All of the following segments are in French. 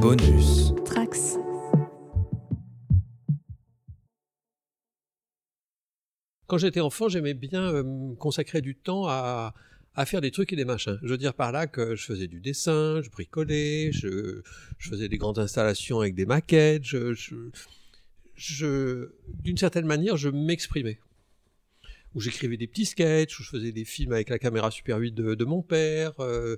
Bonus. Trax. Quand j'étais enfant, j'aimais bien consacrer du temps à faire des trucs et des machins. Je veux dire par là que je faisais du dessin, je bricolais, je faisais des grandes installations avec des maquettes, d'une certaine manière, je m'exprimais. Où j'écrivais des petits sketchs, où je faisais des films avec la caméra Super 8 de mon père,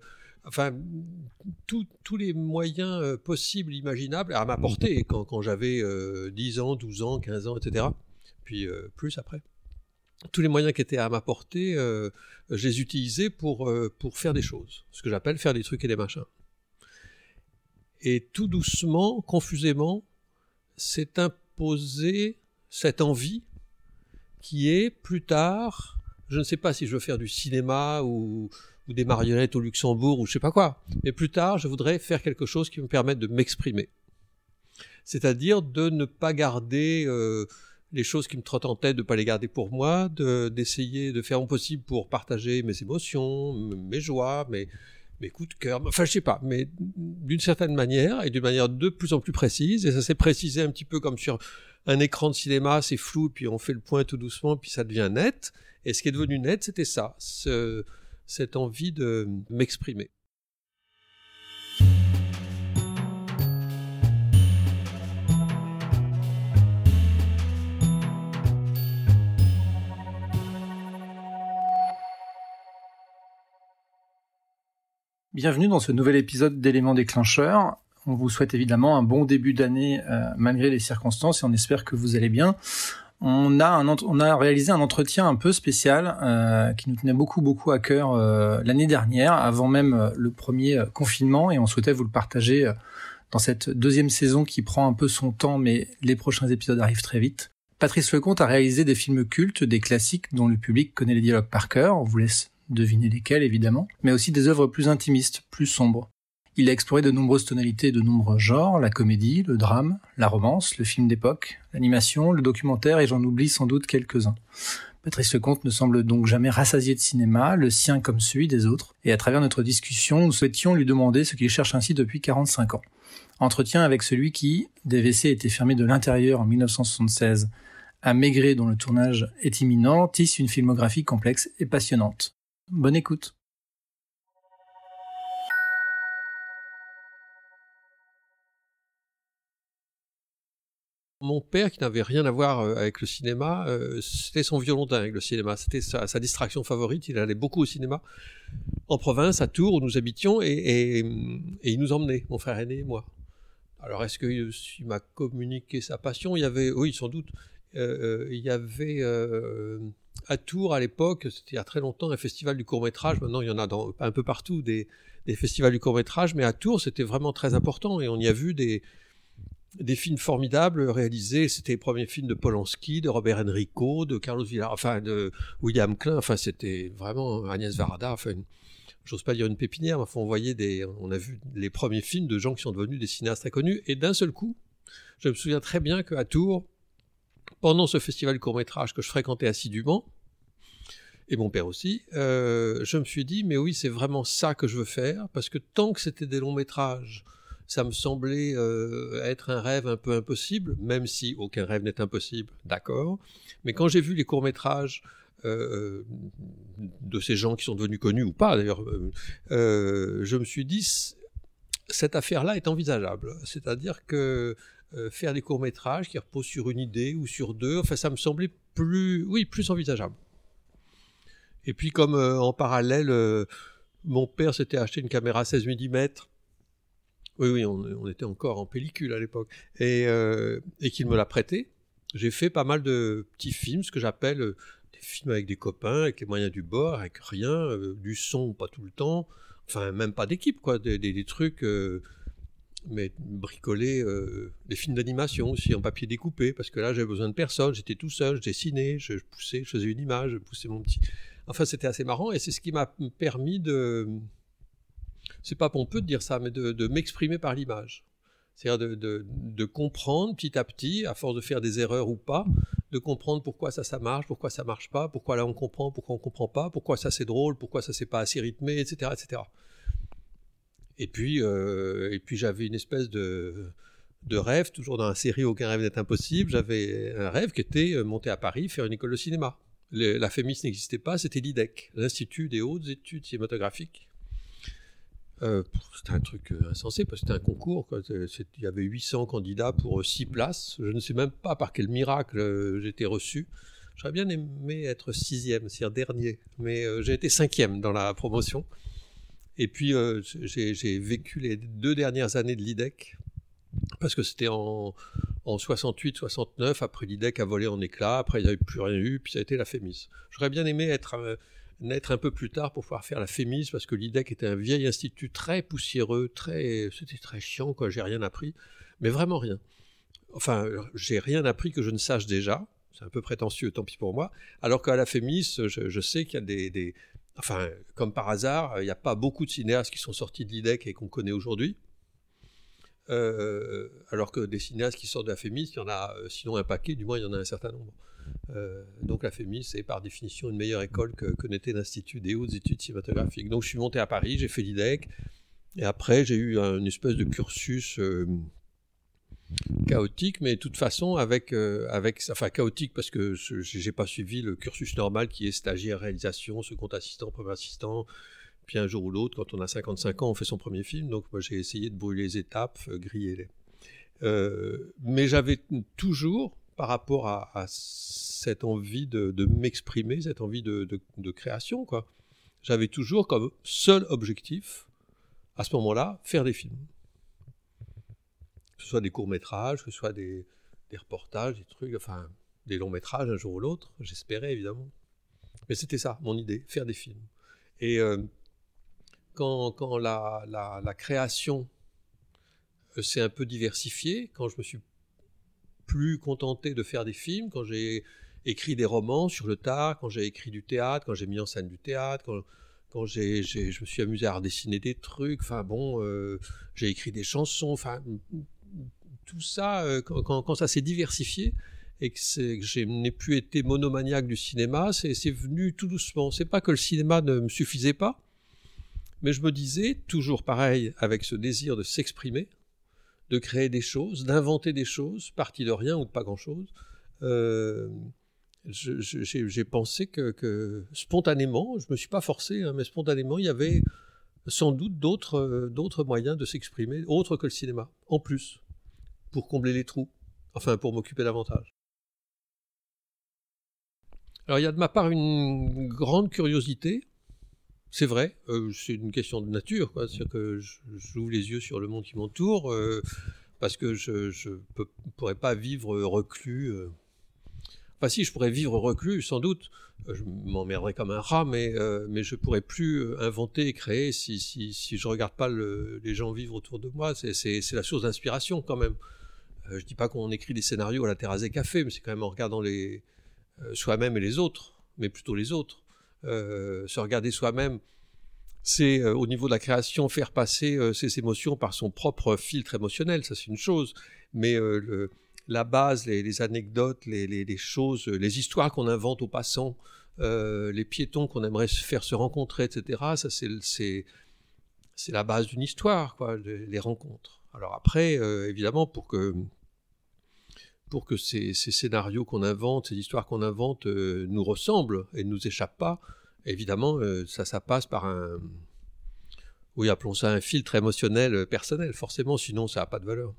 tous les moyens possibles, imaginables, à ma portée, quand j'avais 10 ans, 12 ans, 15 ans, etc. Puis plus après. Tous les moyens qui étaient à ma portée, je les utilisais pour faire des choses, ce que j'appelle faire des trucs et des machins. Et tout doucement, confusément, s'est imposée cette envie qui est, plus tard, je ne sais pas si je veux faire du cinéma ou des marionnettes au Luxembourg ou je ne sais pas quoi, mais plus tard, je voudrais faire quelque chose qui me permette de m'exprimer. C'est-à-dire de ne pas garder les choses qui me trottent en tête, de ne pas les garder pour moi, d'essayer de faire mon possible pour partager mes émotions, mes joies, mes coups de cœur, enfin je sais pas, mais d'une certaine manière, et d'une manière de plus en plus précise, et ça s'est précisé un petit peu comme sur un écran de cinéma, c'est flou, puis on fait le point tout doucement, puis ça devient net, et ce qui est devenu net, c'était ça, cette envie de m'exprimer. Bienvenue dans ce nouvel épisode d'Éléments déclencheurs. On vous souhaite évidemment un bon début d'année malgré les circonstances et on espère que vous allez bien. On a réalisé un entretien un peu spécial qui nous tenait beaucoup à cœur l'année dernière, avant même le premier confinement, et on souhaitait vous le partager dans cette deuxième saison qui prend un peu son temps, mais les prochains épisodes arrivent très vite. Patrice Lecomte a réalisé des films cultes, des classiques dont le public connaît les dialogues par cœur. On vous laisse deviner lesquels évidemment, mais aussi des œuvres plus intimistes, plus sombres. Il a exploré de nombreuses tonalités, de nombreux genres, la comédie, le drame, la romance, le film d'époque, l'animation, le documentaire, et j'en oublie sans doute quelques-uns. Patrice Lecomte ne semble donc jamais rassasié de cinéma, le sien comme celui des autres, et à travers notre discussion, nous souhaitions lui demander ce qu'il cherche ainsi depuis 45 ans. Entretien avec celui qui, des WC étaient fermés de l'intérieur en 1976, à Maigret dont le tournage est imminent, tisse une filmographie complexe et passionnante. Bonne écoute. Mon père, qui n'avait rien à voir avec le cinéma, c'était son violon-din avec le cinéma. C'était sa distraction favorite. Il allait beaucoup au cinéma, en province, à Tours, où nous habitions, et il nous emmenait, mon frère aîné et moi. Alors, est-ce qu'il m'a communiqué sa passion ? Il y avait, oui, sans doute. Il y avait à Tours, à l'époque, c'était il y a très longtemps, un festival du court-métrage. Maintenant, il y en a un peu partout des festivals du court-métrage, mais à Tours, c'était vraiment très important, et on y a vu des films formidables réalisés. C'était les premiers films de Polanski, de Robert Enrico, de Carlos Villar, enfin de William Klein. Enfin, c'était vraiment Agnès Varda. Enfin, j'ose pas dire une pépinière, mais enfin, on a vu les premiers films de gens qui sont devenus des cinéastes très connus. Et d'un seul coup, je me souviens très bien qu'à Tours, pendant ce festival de court-métrage que je fréquentais assidûment, et mon père aussi, je me suis dit, mais oui, c'est vraiment ça que je veux faire, parce que tant que c'était des longs métrages, ça me semblait être un rêve un peu impossible, même si aucun rêve n'est impossible, d'accord. Mais quand j'ai vu les courts-métrages de ces gens qui sont devenus connus ou pas d'ailleurs, je me suis dit, cette affaire-là est envisageable. C'est-à-dire que faire des courts-métrages qui reposent sur une idée ou sur deux, enfin ça me semblait plus envisageable. Et puis comme en parallèle, mon père s'était acheté une caméra 16 mm. Oui, on était encore en pellicule à l'époque. Et qu'il me l'a prêté. J'ai fait pas mal de petits films, ce que j'appelle des films avec des copains, avec les moyens du bord, avec rien, du son pas tout le temps, enfin même pas d'équipe, quoi, des trucs, mais bricolés, des films d'animation aussi en papier découpé, parce que là j'avais besoin de personne, j'étais tout seul, je dessinais, je poussais, je faisais une image, je poussais mon petit... Enfin c'était assez marrant, et c'est ce qui m'a permis de... C'est pas pompeux de dire ça, mais de m'exprimer par l'image. C'est-à-dire de comprendre petit à petit, à force de faire des erreurs ou pas, de comprendre pourquoi ça marche, pourquoi ça marche pas, pourquoi là on comprend pas, pourquoi ça c'est drôle, pourquoi ça c'est pas assez rythmé, etc., etc. Et puis j'avais une espèce de rêve, toujours dans la série Aucun rêve n'est impossible, j'avais un rêve qui était monter à Paris, faire une école de cinéma. La FEMIS n'existait pas, c'était l'IDEC, l'Institut des hautes études cinématographiques. C'était un truc insensé, parce que c'était un concours, quoi. Il y avait 800 candidats pour 6 places. Je ne sais même pas par quel miracle j'ai été reçu. J'aurais bien aimé être 6e, c'est-à-dire dernier, mais j'ai été 5e dans la promotion. Et puis j'ai vécu les 2 dernières années de l'IDEC, parce que c'était en 68-69, après l'IDEC a volé en éclats, après il n'y avait plus rien eu, puis ça a été la FEMIS. J'aurais bien aimé naître un peu plus tard pour pouvoir faire la FEMIS, parce que l'IDEC était un vieil institut très poussiéreux, c'était très chiant, quoi. J'ai rien appris, mais vraiment rien. Enfin, j'ai rien appris que je ne sache déjà, c'est un peu prétentieux, tant pis pour moi, alors qu'à la FEMIS, je sais qu'il y a enfin, comme par hasard, il n'y a pas beaucoup de cinéastes qui sont sortis de l'IDEC et qu'on connaît aujourd'hui, alors que des cinéastes qui sortent de la FEMIS, il y en a sinon un paquet, du moins il y en a un certain nombre. Donc la FEMIS est par définition une meilleure école que n'était l'Institut des hautes études cinématographiques. Donc je suis monté à Paris, j'ai fait l'IDEC, et après j'ai eu une espèce de cursus chaotique, mais de toute façon enfin chaotique parce que j'ai pas suivi le cursus normal qui est stagiaire, réalisation, second assistant, premier assistant, puis un jour ou l'autre, quand on a 55 ans, on fait son premier film, donc moi j'ai essayé de brûler les étapes, griller les... mais j'avais toujours, par rapport à cette envie de m'exprimer, cette envie de création, quoi, j'avais toujours comme seul objectif, à ce moment-là, faire des films. Que ce soit des courts-métrages, que ce soit des reportages, des trucs, enfin, des longs-métrages un jour ou l'autre, j'espérais évidemment. Mais c'était ça, mon idée, faire des films. Et quand la création s'est un peu diversifiée, quand je me suis plus contenté de faire des films, quand j'ai écrit des romans sur le tard, quand j'ai écrit du théâtre, quand j'ai mis en scène du théâtre, quand je me suis amusé à redessiner des trucs, enfin bon, j'ai écrit des chansons, enfin tout ça, quand ça s'est diversifié et que je n'ai plus été monomaniaque du cinéma, c'est venu tout doucement. C'est pas que le cinéma ne me suffisait pas, mais je me disais, toujours pareil, avec ce désir de s'exprimer, de créer des choses, d'inventer des choses, parti de rien ou de pas grand-chose, j'ai pensé que spontanément, je me suis pas forcé, hein, mais spontanément, il y avait sans doute d'autres moyens de s'exprimer, autres que le cinéma, en plus, pour combler les trous, enfin pour m'occuper davantage. Alors il y a de ma part une grande curiosité, c'est vrai, c'est une question de nature, quoi. C'est-à-dire que j'ouvre les yeux sur le monde qui m'entoure, parce que je ne pourrais pas vivre reclus. Enfin si, je pourrais vivre reclus, sans doute. Je m'emmerderais comme un rat, mais je ne pourrais plus inventer et créer si je ne regarde pas les gens vivre autour de moi. C'est la source d'inspiration quand même. Je ne dis pas qu'on écrit des scénarios à la terrasse des cafés, mais c'est quand même en regardant soi-même et les autres, mais plutôt les autres. Se regarder soi-même, c'est au niveau de la création faire passer ses émotions par son propre filtre émotionnel, ça c'est une chose, mais la base, les anecdotes, les choses, les histoires qu'on invente aux passants, les piétons qu'on aimerait faire se rencontrer, etc., ça c'est la base d'une histoire, quoi, les rencontres. Alors après, évidemment, pour que ces scénarios qu'on invente, ces histoires qu'on invente nous ressemblent et ne nous échappent pas, évidemment, ça passe par oui, appelons ça un filtre émotionnel personnel, forcément, sinon ça n'a pas de valeur.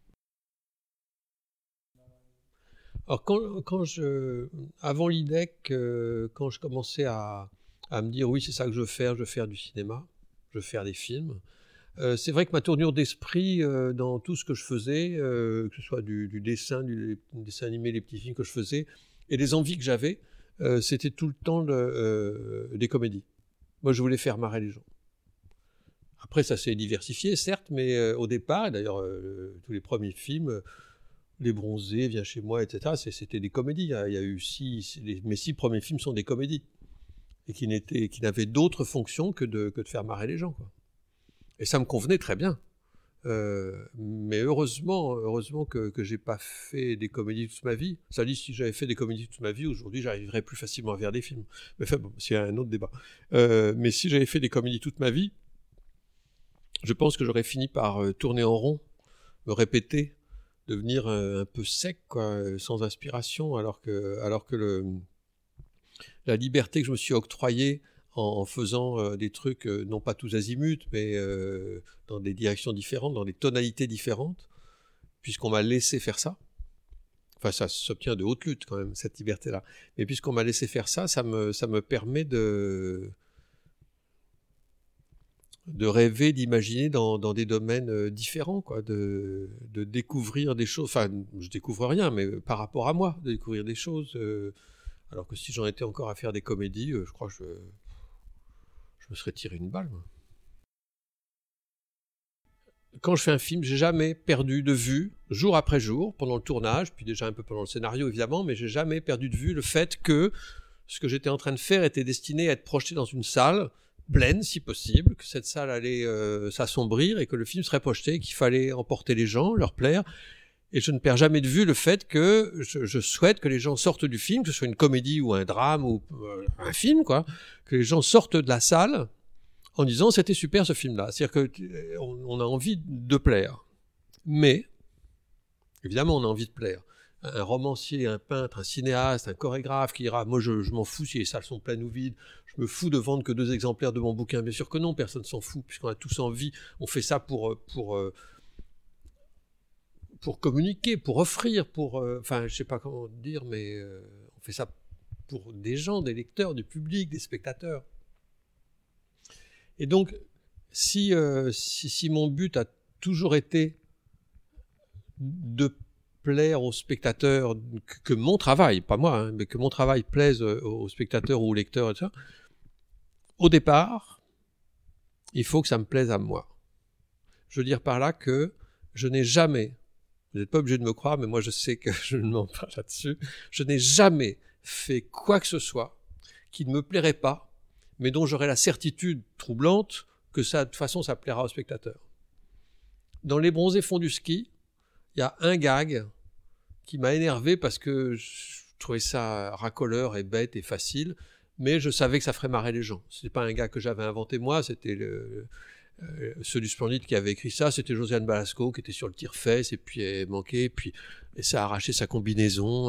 Alors avant l'IDEC, quand je commençais à me dire oui, c'est ça que je veux faire du cinéma, je veux faire des films, c'est vrai que ma tournure d'esprit dans tout ce que je faisais, que ce soit du dessin, du dessin animé, les petits films que je faisais, et les envies que j'avais, c'était tout le temps des comédies. Moi, je voulais faire marrer les gens. Après, ça s'est diversifié, certes, mais au départ, et d'ailleurs, tous les premiers films, Les Bronzés, Viens chez moi, etc., c'était des comédies. Il y a eu mes 6 premiers films sont des comédies, et qui n'avaient d'autre fonction que de faire marrer les gens, quoi. Et ça me convenait très bien. Mais heureusement que j'ai pas fait des comédies toute ma vie. Ça dit, si j'avais fait des comédies toute ma vie, aujourd'hui, j'arriverais plus facilement à faire des films. Mais enfin, bon, c'est un autre débat. Mais si j'avais fait des comédies toute ma vie, je pense que j'aurais fini par tourner en rond, me répéter, devenir un peu sec, quoi, sans inspiration, alors que la liberté que je me suis octroyée en faisant des trucs, non pas tous azimuts, mais dans des directions différentes, dans des tonalités différentes, puisqu'on m'a laissé faire ça. Enfin, ça s'obtient de haute lutte quand même, cette liberté-là. Mais puisqu'on m'a laissé faire ça, ça me permet de rêver, d'imaginer dans des domaines différents, quoi, de découvrir des choses. Enfin, je découvre rien, mais par rapport à moi, de découvrir des choses. Alors que si j'en étais encore à faire des comédies, je crois que je me serais tiré une balle, moi. Quand je fais un film, j'ai jamais perdu de vue, jour après jour, pendant le tournage, puis déjà un peu pendant le scénario évidemment, mais j'ai jamais perdu de vue le fait que ce que j'étais en train de faire était destiné à être projeté dans une salle pleine, si possible, que cette salle allait s'assombrir et que le film serait projeté, qu'il fallait emporter les gens, leur plaire. Et je ne perds jamais de vue le fait que je souhaite que les gens sortent du film, que ce soit une comédie ou un drame ou un film, quoi, que les gens sortent de la salle en disant c'était super ce film-là. C'est-à-dire qu'on a envie de plaire. Mais, évidemment, on a envie de plaire. Un romancier, un peintre, un cinéaste, un chorégraphe qui dira « Moi, je m'en fous si les salles sont pleines ou vides. Je me fous de vendre que 2 exemplaires de mon bouquin. » Bien sûr que non, personne s'en fout, puisqu'on a tous envie. On fait ça pour communiquer, pour offrir, enfin, je sais pas comment dire, mais on fait ça pour des gens, des lecteurs, du public, des spectateurs. Et donc, si mon but a toujours été de plaire aux spectateurs, que mon travail, pas moi, hein, mais que mon travail plaise aux spectateurs ou aux lecteurs, etc., au départ, il faut que ça me plaise à moi. Je veux dire par là que je n'ai jamais, vous n'êtes pas obligé de me croire, mais moi je sais que je ne mens pas là-dessus, je n'ai jamais fait quoi que ce soit qui ne me plairait pas, mais dont j'aurais la certitude troublante que ça, de toute façon, ça plaira aux spectateurs. Dans Les Bronzés font du ski, il y a un gag qui m'a énervé parce que je trouvais ça racoleur et bête et facile, mais je savais que ça ferait marrer les gens. Ce n'est pas un gag que j'avais inventé moi, c'était ceux du Splendide qui avaient écrit ça, c'était Josiane Balasco qui était sur le tire-fesse et puis elle manquait, et ça a arraché sa combinaison.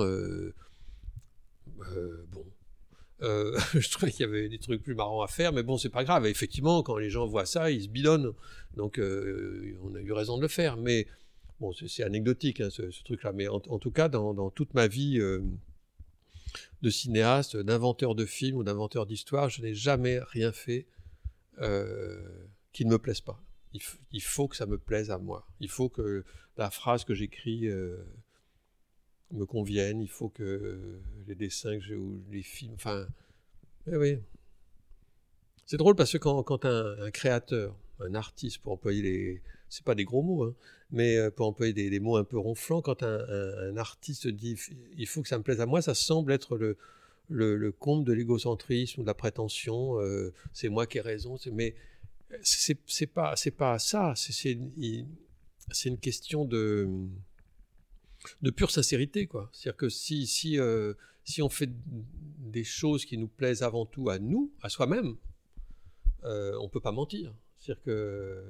Bon. Je trouvais qu'il y avait des trucs plus marrants à faire, mais bon, c'est pas grave. Effectivement, quand les gens voient ça, ils se bidonnent. Donc, on a eu raison de le faire. Mais bon, c'est anecdotique, hein, ce truc-là. Mais en tout cas, dans toute ma vie de cinéaste, d'inventeur de films ou d'inventeur d'histoire, je n'ai jamais rien fait qui ne me plaise pas. Il faut que ça me plaise à moi. Il faut que la phrase que j'écris me conviennent, il faut que les dessins que j'ai ou les films, enfin, oui. C'est drôle parce que quand un créateur, un artiste, pour employer c'est pas des gros mots, hein, mais pour employer des mots un peu ronflants, quand un artiste dit il faut que ça me plaise à moi, ça semble être le comble de l'égocentrisme ou de la prétention, c'est moi qui ai raison, mais c'est pas ça, c'est une question de pure sincérité, quoi. C'est-à-dire que si on fait des choses qui nous plaisent avant tout à nous, à soi-même, on peut pas mentir. C'est-à-dire que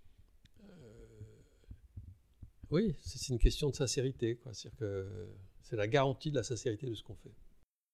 oui, c'est une question de sincérité, quoi. C'est-à-dire que c'est la garantie de la sincérité de ce qu'on fait.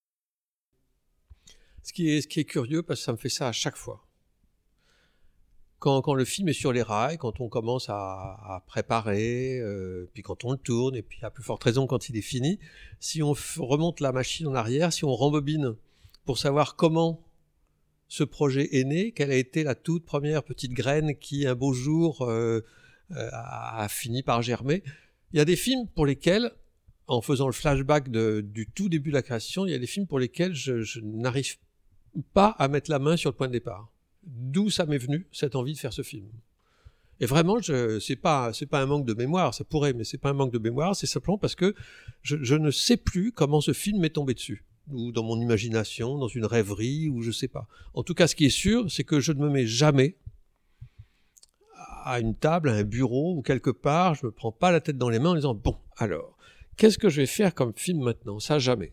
Ce qui est curieux, parce que ça me fait ça à chaque fois. Quand le film est sur les rails, quand on commence à préparer, puis quand on le tourne, et puis à plus forte raison quand il est fini, si on remonte la machine en arrière, si on rembobine pour savoir comment ce projet est né, quelle a été la toute première petite graine qui, un beau jour, a fini par germer, il y a des films pour lesquels, en faisant le flashback du tout début de la création, il y a des films pour lesquels je n'arrive pas à mettre la main sur le point de départ. D'où ça m'est venu, cette envie de faire ce film. Et vraiment, c'est pas un manque de mémoire, ça pourrait, mais c'est pas un manque de mémoire, c'est simplement parce que je ne sais plus comment ce film m'est tombé dessus, ou dans mon imagination, dans une rêverie, ou je sais pas. En tout cas, ce qui est sûr, c'est que je ne me mets jamais à une table, à un bureau, ou quelque part, je me prends pas la tête dans les mains en disant, bon, alors, qu'est-ce que je vais faire comme film maintenant? Ça, jamais.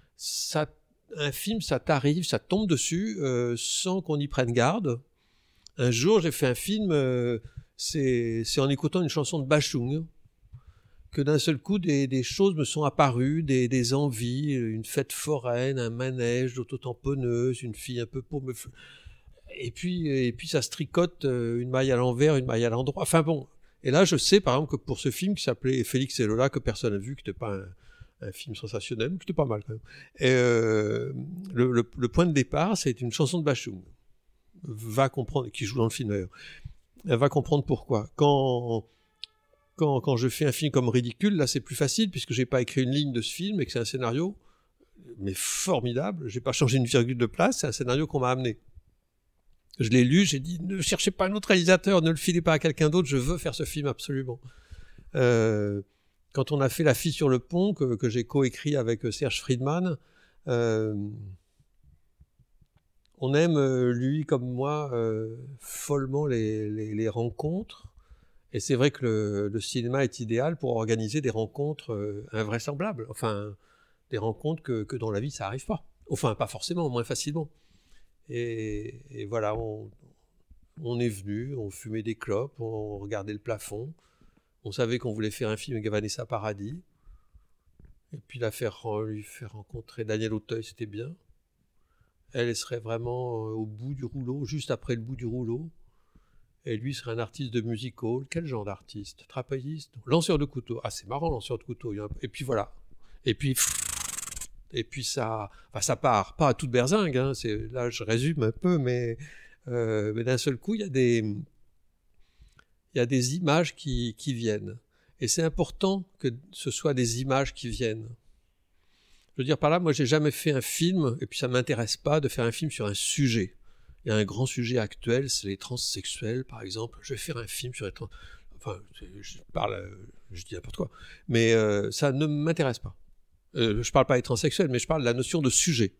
Un film, ça t'arrive, ça tombe dessus, sans qu'on y prenne garde. Un jour, j'ai fait un film, c'est en écoutant une chanson de Bachung que d'un seul coup, des choses me sont apparues, des envies, une fête foraine, un manège d'autotamponneuse, une fille un peu pour me... Et puis ça se tricote, une maille à l'envers, une maille à l'endroit. Enfin bon. Et là, je sais, par exemple, que pour ce film qui s'appelait Félix et Lola, que personne n'a vu, qui n'était pas un film sensationnel, mais qui était pas mal quand même. Et le point de départ, c'est une chanson de Bachung. Va comprendre, qui joue dans le film d'ailleurs. Elle va comprendre pourquoi. Quand je fais un film comme Ridicule, là c'est plus facile puisque j'ai pas écrit une ligne de ce film et que c'est un scénario, mais formidable. J'ai pas changé une virgule de place, c'est un scénario qu'on m'a amené. Je l'ai lu, j'ai dit ne cherchez pas un autre réalisateur, ne le filez pas à quelqu'un d'autre, je veux faire ce film absolument. Quand on a fait La fille sur le pont, que j'ai coécrit avec Serge Friedman, on aime, lui comme moi, follement les rencontres. Et c'est vrai que le cinéma est idéal pour organiser des rencontres invraisemblables. Enfin, des rencontres que dans la vie, ça n'arrive pas. Enfin, pas forcément, moins facilement. Et voilà, on est venu, on fumait des clopes, on regardait le plafond. On savait qu'on voulait faire un film avec Vanessa Paradis. Et puis lui faire rencontrer Daniel Auteuil, c'était bien. Elle serait vraiment au bout du rouleau, juste après le bout du rouleau. Et lui serait un artiste de music hall. Quel genre d'artiste? Trapéziste? Lanceur de couteau. Ah, c'est marrant, lanceur de couteau. Et puis voilà. Et puis ça part. Pas à toute berzingue. Hein. Là, je résume un peu, mais d'un seul coup, il y a des images qui viennent. Et c'est important que ce soit des images qui viennent. Je veux dire par là, moi, j'ai jamais fait un film, et puis ça m'intéresse pas de faire un film sur un sujet. Il y a un grand sujet actuel, c'est les transsexuels, par exemple. Je vais faire un film sur les transsexuels. Enfin, je dis n'importe quoi. Mais ça ne m'intéresse pas. Je parle pas des transsexuels, mais je parle de la notion de sujet.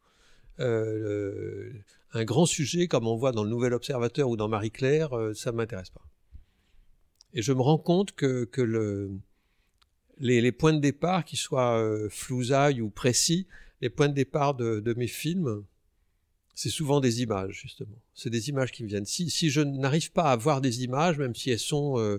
Un grand sujet, comme on voit dans le Nouvel Observateur ou dans Marie-Claire, ça ne m'intéresse pas. Et je me rends compte que les points de départ, qu'ils soient flousailles ou précis, les points de départ de mes films, c'est souvent des images, justement. C'est des images qui me viennent. Si je n'arrive pas à voir des images, même si elles sont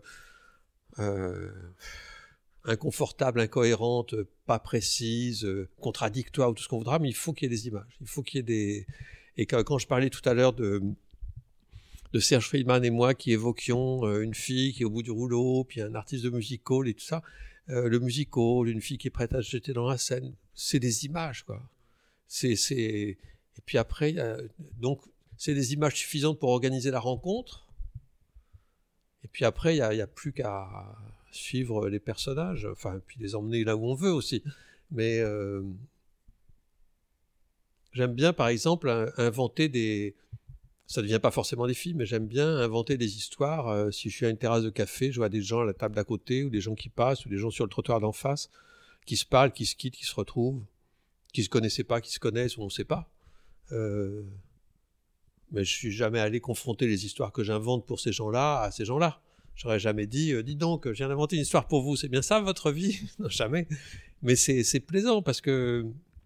inconfortables, incohérentes, pas précises, contradictoires ou tout ce qu'on voudra, mais il faut qu'il y ait des images. Il faut qu'il y ait des... Et quand je parlais tout à l'heure de Serge Friedman et moi qui évoquions une fille qui est au bout du rouleau, puis un artiste de music hall et tout ça, le music hall, une fille qui est prête à se jeter dans la scène, c'est des images, quoi. Et puis après, donc, c'est des images suffisantes pour organiser la rencontre. Et puis après, il n'y a plus qu'à suivre les personnages, enfin, puis les emmener là où on veut aussi. Mais j'aime bien, par exemple, inventer des... Ça ne devient pas forcément des films, mais j'aime bien inventer des histoires. Si je suis à une terrasse de café, je vois des gens à la table d'à côté, ou des gens qui passent, ou des gens sur le trottoir d'en face, qui se parlent, qui se quittent, qui se retrouvent, qui ne se connaissaient pas, qui se connaissent, ou on ne sait pas. Mais je suis jamais allé confronter les histoires que j'invente pour ces gens-là à ces gens-là. J'aurais jamais dit, dis donc, je viens d'inventer une histoire pour vous, c'est bien ça votre vie? Non, jamais. Mais c'est plaisant parce que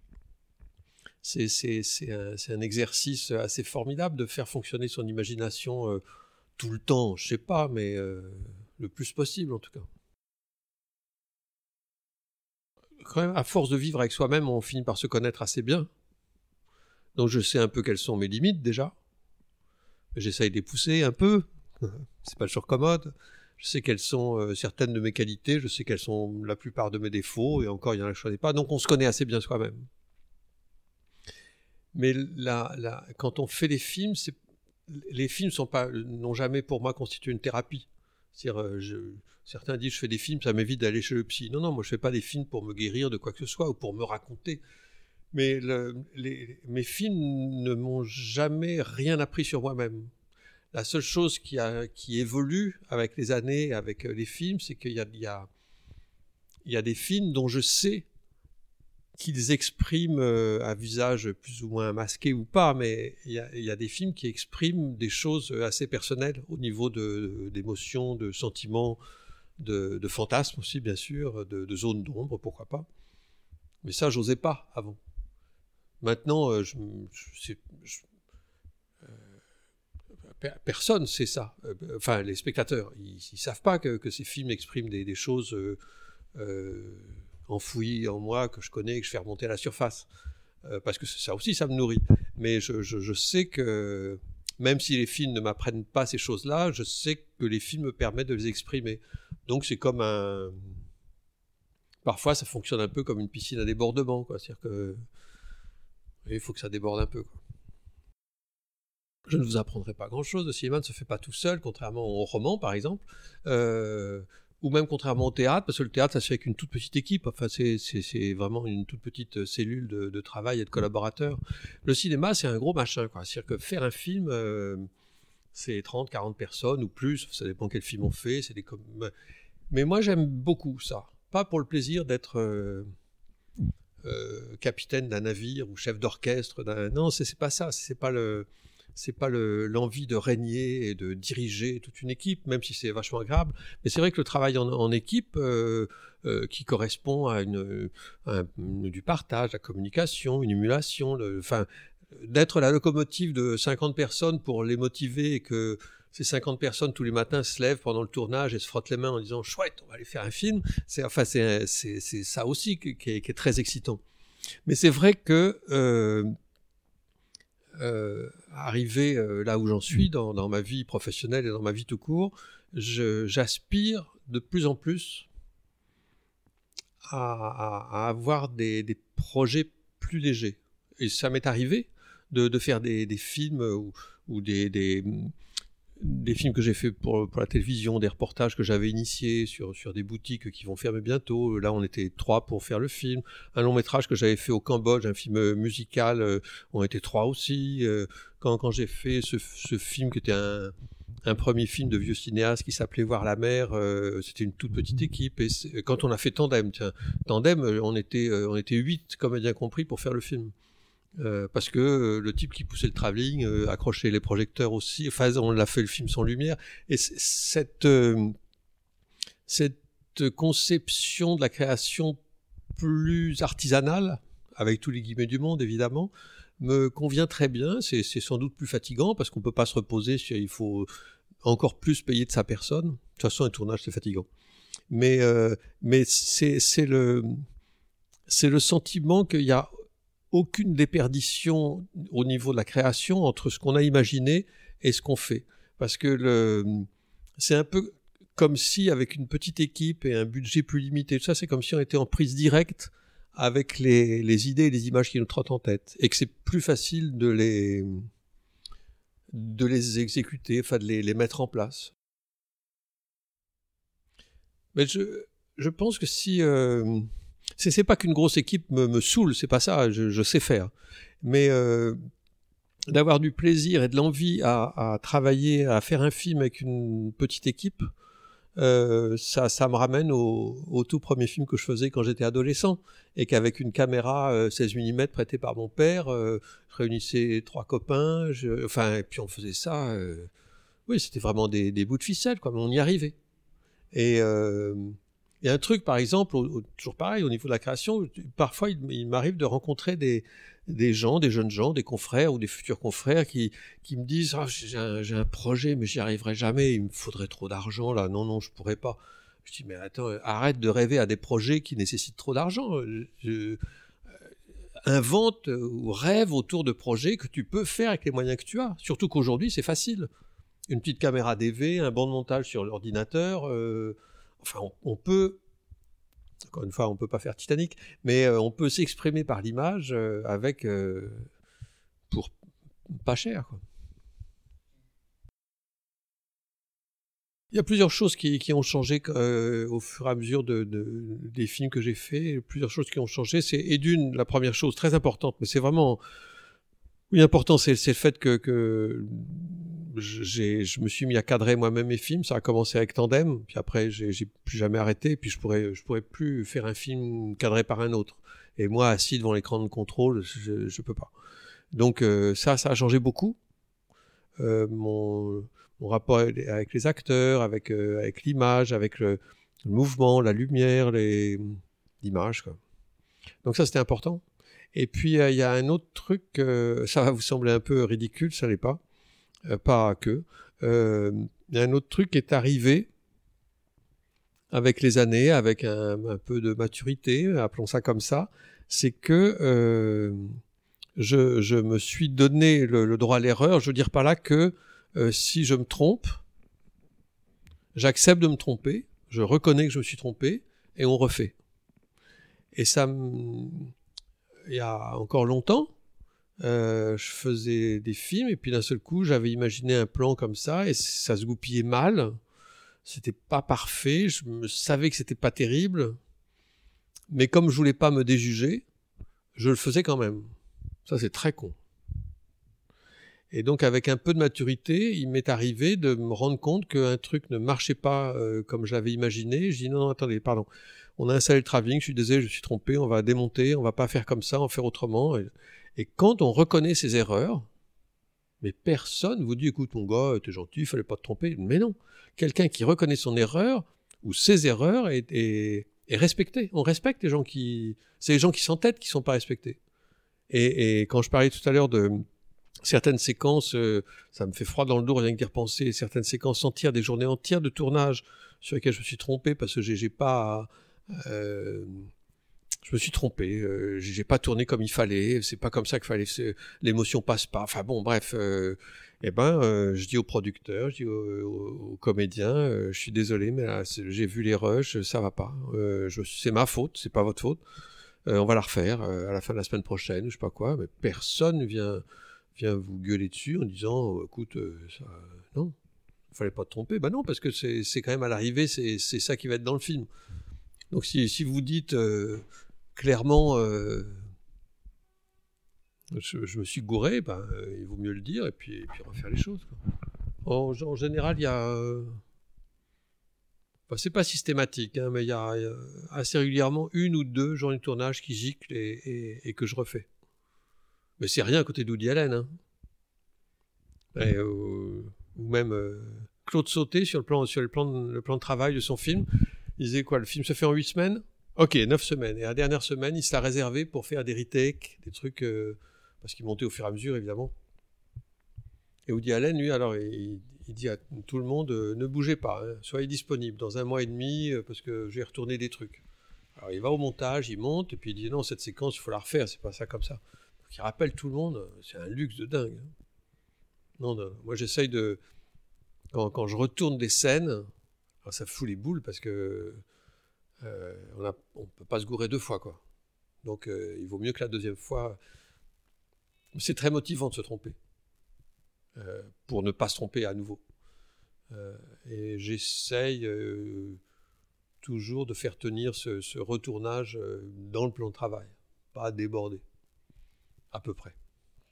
c'est un exercice assez formidable de faire fonctionner son imagination tout le temps, je sais pas, mais le plus possible en tout cas. Quand même, à force de vivre avec soi-même, on finit par se connaître assez bien. Donc je sais un peu quelles sont mes limites déjà. J'essaye de les pousser un peu. C'est pas toujours commode. Je sais quelles sont certaines de mes qualités, je sais quelles sont la plupart de mes défauts, et encore il y en a que je ne connais pas. Donc on se connaît assez bien soi-même. Mais quand on fait des films, les films n'ont jamais pour moi constitué une thérapie. C'est-à-dire, certains disent je fais des films, ça m'évite d'aller chez le psy. Non, moi je fais pas des films pour me guérir de quoi que ce soit ou pour me raconter. Mais mes films ne m'ont jamais rien appris sur moi-même. La seule chose qui évolue avec les années, avec les films, c'est qu'il y a des films dont je sais qu'ils expriment à visage plus ou moins masqué ou pas, mais il y a des films qui expriment des choses assez personnelles au niveau d'émotions, de sentiments, de fantasmes aussi, bien sûr, de zones d'ombre, pourquoi pas. Mais ça, j'osais pas avant. Maintenant, personne sait ça. Enfin, les spectateurs, ils savent pas que ces films expriment des choses enfouies en moi, que je connais et que je fais remonter à la surface. Parce que ça aussi, ça me nourrit. Mais je sais que, même si les films ne m'apprennent pas ces choses-là, je sais que les films me permettent de les exprimer. Donc c'est comme Parfois, ça fonctionne un peu comme une piscine à débordement, quoi. C'est-à-dire que il faut que ça déborde un peu, quoi. Je ne vous apprendrai pas grand-chose. Le cinéma ne se fait pas tout seul, contrairement au roman, par exemple, ou même contrairement au théâtre, parce que le théâtre, ça se fait avec une toute petite équipe. Enfin, c'est vraiment une toute petite cellule de travail et de collaborateurs. Le cinéma, c'est un gros machin, quoi. C'est-à-dire que faire un film, c'est 30, 40 personnes ou plus. Ça dépend quel film on fait. Mais moi, j'aime beaucoup ça. Pas pour le plaisir d'être capitaine d'un navire ou chef d'orchestre. Non, c'est pas ça. C'est pas l'envie de régner et de diriger toute une équipe, même si c'est vachement agréable. Mais c'est vrai que le travail en équipe, qui correspond à du partage, la communication, une émulation, d'être la locomotive de 50 personnes pour les motiver et que ces 50 personnes tous les matins se lèvent pendant le tournage et se frottent les mains en disant « chouette, on va aller faire un film », c'est ça aussi qui est très excitant. Mais c'est vrai que arrivé là où j'en suis dans ma vie professionnelle et dans ma vie tout court, j'aspire de plus en plus à avoir des projets plus légers. Et ça m'est arrivé de faire des films ou des films que j'ai fait pour la télévision, des reportages que j'avais initiés sur des boutiques qui vont fermer bientôt. Là, on était 3 pour faire le film. Un long métrage que j'avais fait au Cambodge, un film musical, on était 3 aussi. Quand j'ai fait ce film qui était un premier film de vieux cinéaste qui s'appelait Voir la mer, c'était une toute petite équipe. Et quand on a fait Tandem, on était 8 comédiens compris pour faire le film. Parce que le type qui poussait le travelling accrochait les projecteurs aussi. Enfin, on l'a fait le film sans lumière. Et cette conception de la création plus artisanale, avec tous les guillemets du monde évidemment, me convient très bien. C'est sans doute plus fatigant parce qu'on peut pas se reposer. Il faut encore plus payer de sa personne. De toute façon, un tournage c'est fatigant. Mais c'est le sentiment qu'il y a aucune déperdition au niveau de la création entre ce qu'on a imaginé et ce qu'on fait. Parce que c'est un peu comme si, avec une petite équipe et un budget plus limité, tout ça, c'est comme si on était en prise directe avec les idées et les images qui nous trottent en tête. Et que c'est plus facile de les exécuter, enfin de les mettre en place. Mais je pense que si... c'est pas qu'une grosse équipe me saoule, c'est pas ça, je sais faire. Mais d'avoir du plaisir et de l'envie à travailler, à faire un film avec une petite équipe, ça me ramène au tout premier film que je faisais quand j'étais adolescent, et qu'avec une caméra 16 mm prêtée par mon père, je réunissais 3 copains, et puis on faisait ça. Oui, c'était vraiment des bouts de ficelle, quoi, mais on y arrivait. Et un truc, par exemple, toujours pareil, au niveau de la création, parfois il m'arrive de rencontrer des gens, des jeunes gens, des confrères ou des futurs confrères qui me disent « j'ai un projet, mais j'y arriverai jamais, il me faudrait trop d'argent, là, non, je pourrais pas. » Je dis « mais attends, arrête de rêver à des projets qui nécessitent trop d'argent. Invente ou rêve autour de projets que tu peux faire avec les moyens que tu as. Surtout qu'aujourd'hui, c'est facile. Une petite caméra DV, un banc de montage sur l'ordinateur... on peut, encore une fois, on peut pas faire Titanic, mais on peut s'exprimer par l'image avec pour pas cher, quoi. Il y a plusieurs choses qui ont changé au fur et à mesure des films que j'ai faits. Plusieurs choses qui ont changé. La première chose très importante, mais c'est vraiment important, c'est le fait que je me suis mis à cadrer moi-même mes films. Ça a commencé avec Tandem, puis après j'ai plus jamais arrêté, puis je pourrais plus faire un film cadré par un autre. Et moi, assis devant l'écran de contrôle, je peux pas. Donc ça a changé beaucoup. Mon rapport avec les acteurs, avec l'image, avec le mouvement, la lumière, l'image, quoi. Donc ça, c'était important. Et puis il y a un autre truc, ça va vous sembler un peu ridicule, ça l'est pas. pas que. Il y a un autre truc qui est arrivé avec les années, avec un peu de maturité, appelons ça comme ça, c'est que je me suis donné le droit à l'erreur. Je veux dire par là que si je me trompe, j'accepte de me tromper, je reconnais que je me suis trompé, et on refait. Et il y a encore longtemps, je faisais des films, et puis d'un seul coup, j'avais imaginé un plan comme ça, et ça se goupillait mal. C'était pas parfait, je savais que c'était pas terrible, mais comme je voulais pas me déjuger, je le faisais quand même. Ça, c'est très con. Et donc, avec un peu de maturité, il m'est arrivé de me rendre compte qu'un truc ne marchait pas comme je l'avais imaginé. Je dis non, attendez, pardon. On a installé le travelling, je suis désolé, je suis trompé, on va démonter, on va pas faire comme ça, on va faire autrement. Et quand on reconnaît ses erreurs, mais personne vous dit, écoute mon gars, t'es gentil, il fallait pas te tromper. Mais non, quelqu'un qui reconnaît son erreur ou ses erreurs est respecté. On respecte les gens qui... C'est les gens qui s'entêtent qui sont pas respectés. Et quand je parlais tout à l'heure de certaines séquences, ça me fait froid dans le dos rien que d'y repenser, certaines séquences entières, des journées entières de tournage sur lesquelles je me suis trompé parce que j'ai pas... je me suis trompé, j'ai pas tourné comme il fallait, c'est pas comme ça qu'il fallait, l'émotion passe pas. Enfin bon, bref, je dis au producteur, je dis au comédien, je suis désolé, mais là, j'ai vu les rushs, ça va pas. C'est ma faute, c'est pas votre faute. On va la refaire à la fin de la semaine prochaine, ou je sais pas quoi. Mais personne vient vous gueuler dessus en disant, écoute, ça, non, il fallait pas te tromper. Ben non, parce que c'est quand même à l'arrivée, c'est ça qui va être dans le film. Donc si vous dites clairement, je me suis gouré, il vaut mieux le dire et puis refaire les choses, quoi. En général, il y a... c'est pas systématique, hein, mais il y a assez régulièrement une ou deux journées de tournage qui giclent et que je refais. Mais c'est rien à côté d'Woody Allen. Hein. Ou même Claude Sauté sur le plan de travail de son film. Il disait quoi, le film se fait en 8 semaines ? Ok, 9 semaines. Et la dernière semaine, il se l'a réservé pour faire des retakes, des trucs, parce qu'il montait au fur et à mesure, évidemment. Et Woody Allen, lui, alors, il dit à tout le monde, ne bougez pas, hein, soyez disponible dans 1 mois et demi, parce que je vais retourner des trucs. Alors, il va au montage, il monte, et puis il dit, non, cette séquence, il faut la refaire, c'est pas ça comme ça. Donc, il rappelle tout le monde, c'est un luxe de dingue. Hein. Non, moi, j'essaye de... Quand je retourne des scènes, alors ça fout les boules, parce que on ne peut pas se gourer 2 fois, quoi. Donc, il vaut mieux que la deuxième fois... C'est très motivant de se tromper. Pour ne pas se tromper à nouveau. Et j'essaye toujours de faire tenir ce retournage dans le plan de travail, pas déborder, à peu près.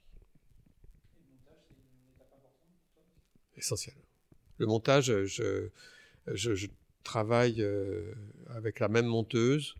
Le montage, c'est une étape importante pour toi ? Essentiel. Le montage, je travaille avec la même monteuse,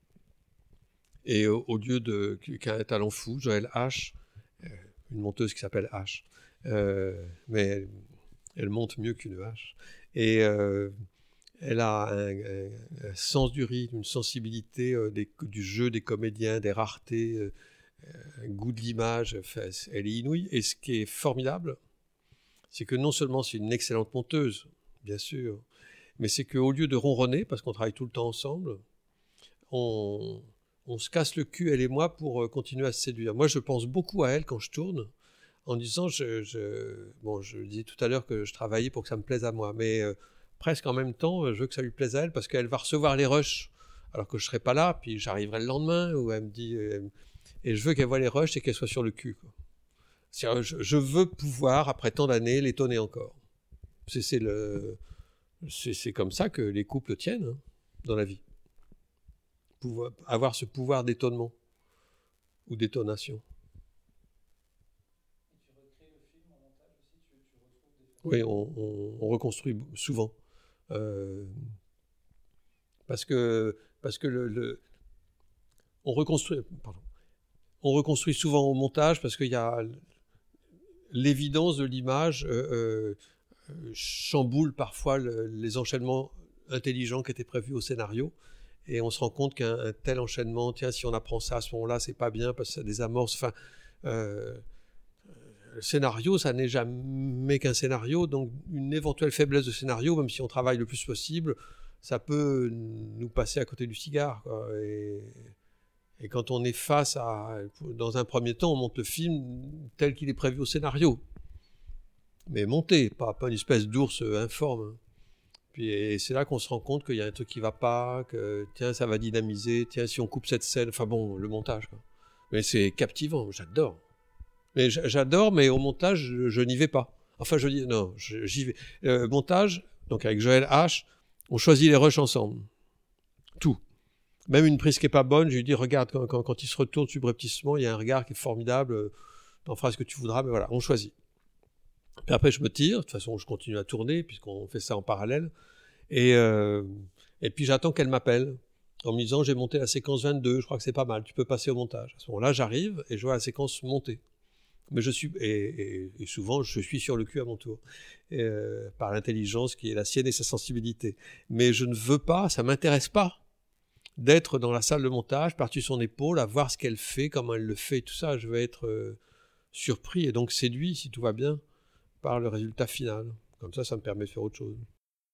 et au lieu qu'un talent fou, Joël H., une monteuse qui s'appelle H., mais elle monte mieux qu'une hache. Et elle a un sens du rythme, une sensibilité du jeu des comédiens, des raretés, un goût de l'image. Enfin, elle est inouïe. Et ce qui est formidable, c'est que non seulement c'est une excellente monteuse, bien sûr, mais c'est qu'au lieu de ronronner, parce qu'on travaille tout le temps ensemble, on se casse le cul, elle et moi, pour continuer à se séduire. Moi, je pense beaucoup à elle quand je tourne, en disant, je disais tout à l'heure que je travaillais pour que ça me plaise à moi, mais presque en même temps, je veux que ça lui plaise à elle, parce qu'elle va recevoir les rushs, alors que je ne serai pas là, puis j'arriverai le lendemain, où elle me dit... et je veux qu'elle voit les rushs et qu'elle soit sur le cul, quoi. Je veux pouvoir, après tant d'années, l'étonner encore. C'est comme ça que les couples tiennent, hein, dans la vie. Avoir ce pouvoir d'étonnement, ou d'étonnation. Oui, on reconstruit souvent. Parce que on reconstruit souvent au montage parce qu'il y a l'évidence de l'image chamboule parfois les enchaînements intelligents qui étaient prévus au scénario. Et on se rend compte qu'un tel enchaînement, tiens, si on apprend ça à ce moment-là, c'est pas bien parce que ça désamorce. Enfin, Le scénario, ça n'est jamais qu'un scénario, donc une éventuelle faiblesse de scénario, même si on travaille le plus possible, ça peut nous passer à côté du cigare, quoi. Et quand on est face à... Dans un premier temps, on monte le film tel qu'il est prévu au scénario. Mais monté, pas une espèce d'ours informe. Puis, et c'est là qu'on se rend compte qu'il y a un truc qui va pas, que tiens, ça va dynamiser, tiens, si on coupe cette scène, enfin bon, le montage, quoi. Mais c'est captivant, j'adore. Mais j'adore, mais au montage, je n'y vais pas. Enfin, je dis, non, j'y vais. Montage, donc avec Joël H, on choisit les rushs ensemble. Tout. Même une prise qui est pas bonne, je lui dis, regarde, quand il se retourne subrepticement, il y a un regard qui est formidable, t'en feras ce que tu voudras, mais voilà, on choisit. Puis après, je me tire, de toute façon, je continue à tourner, puisqu'on fait ça en parallèle, et puis j'attends qu'elle m'appelle, en me disant, j'ai monté la séquence 22, je crois que c'est pas mal, tu peux passer au montage. À ce moment-là, j'arrive, et je vois la séquence monter. Mais je suis, et souvent, je suis sur le cul à mon tour, par l'intelligence qui est la sienne et sa sensibilité. Mais je ne veux pas, ça m'intéresse pas, d'être dans la salle de montage, par-dessus son épaule, à voir ce qu'elle fait, comment elle le fait, tout ça. Je vais être surpris et donc séduit, si tout va bien, par le résultat final. Comme ça me permet de faire autre chose.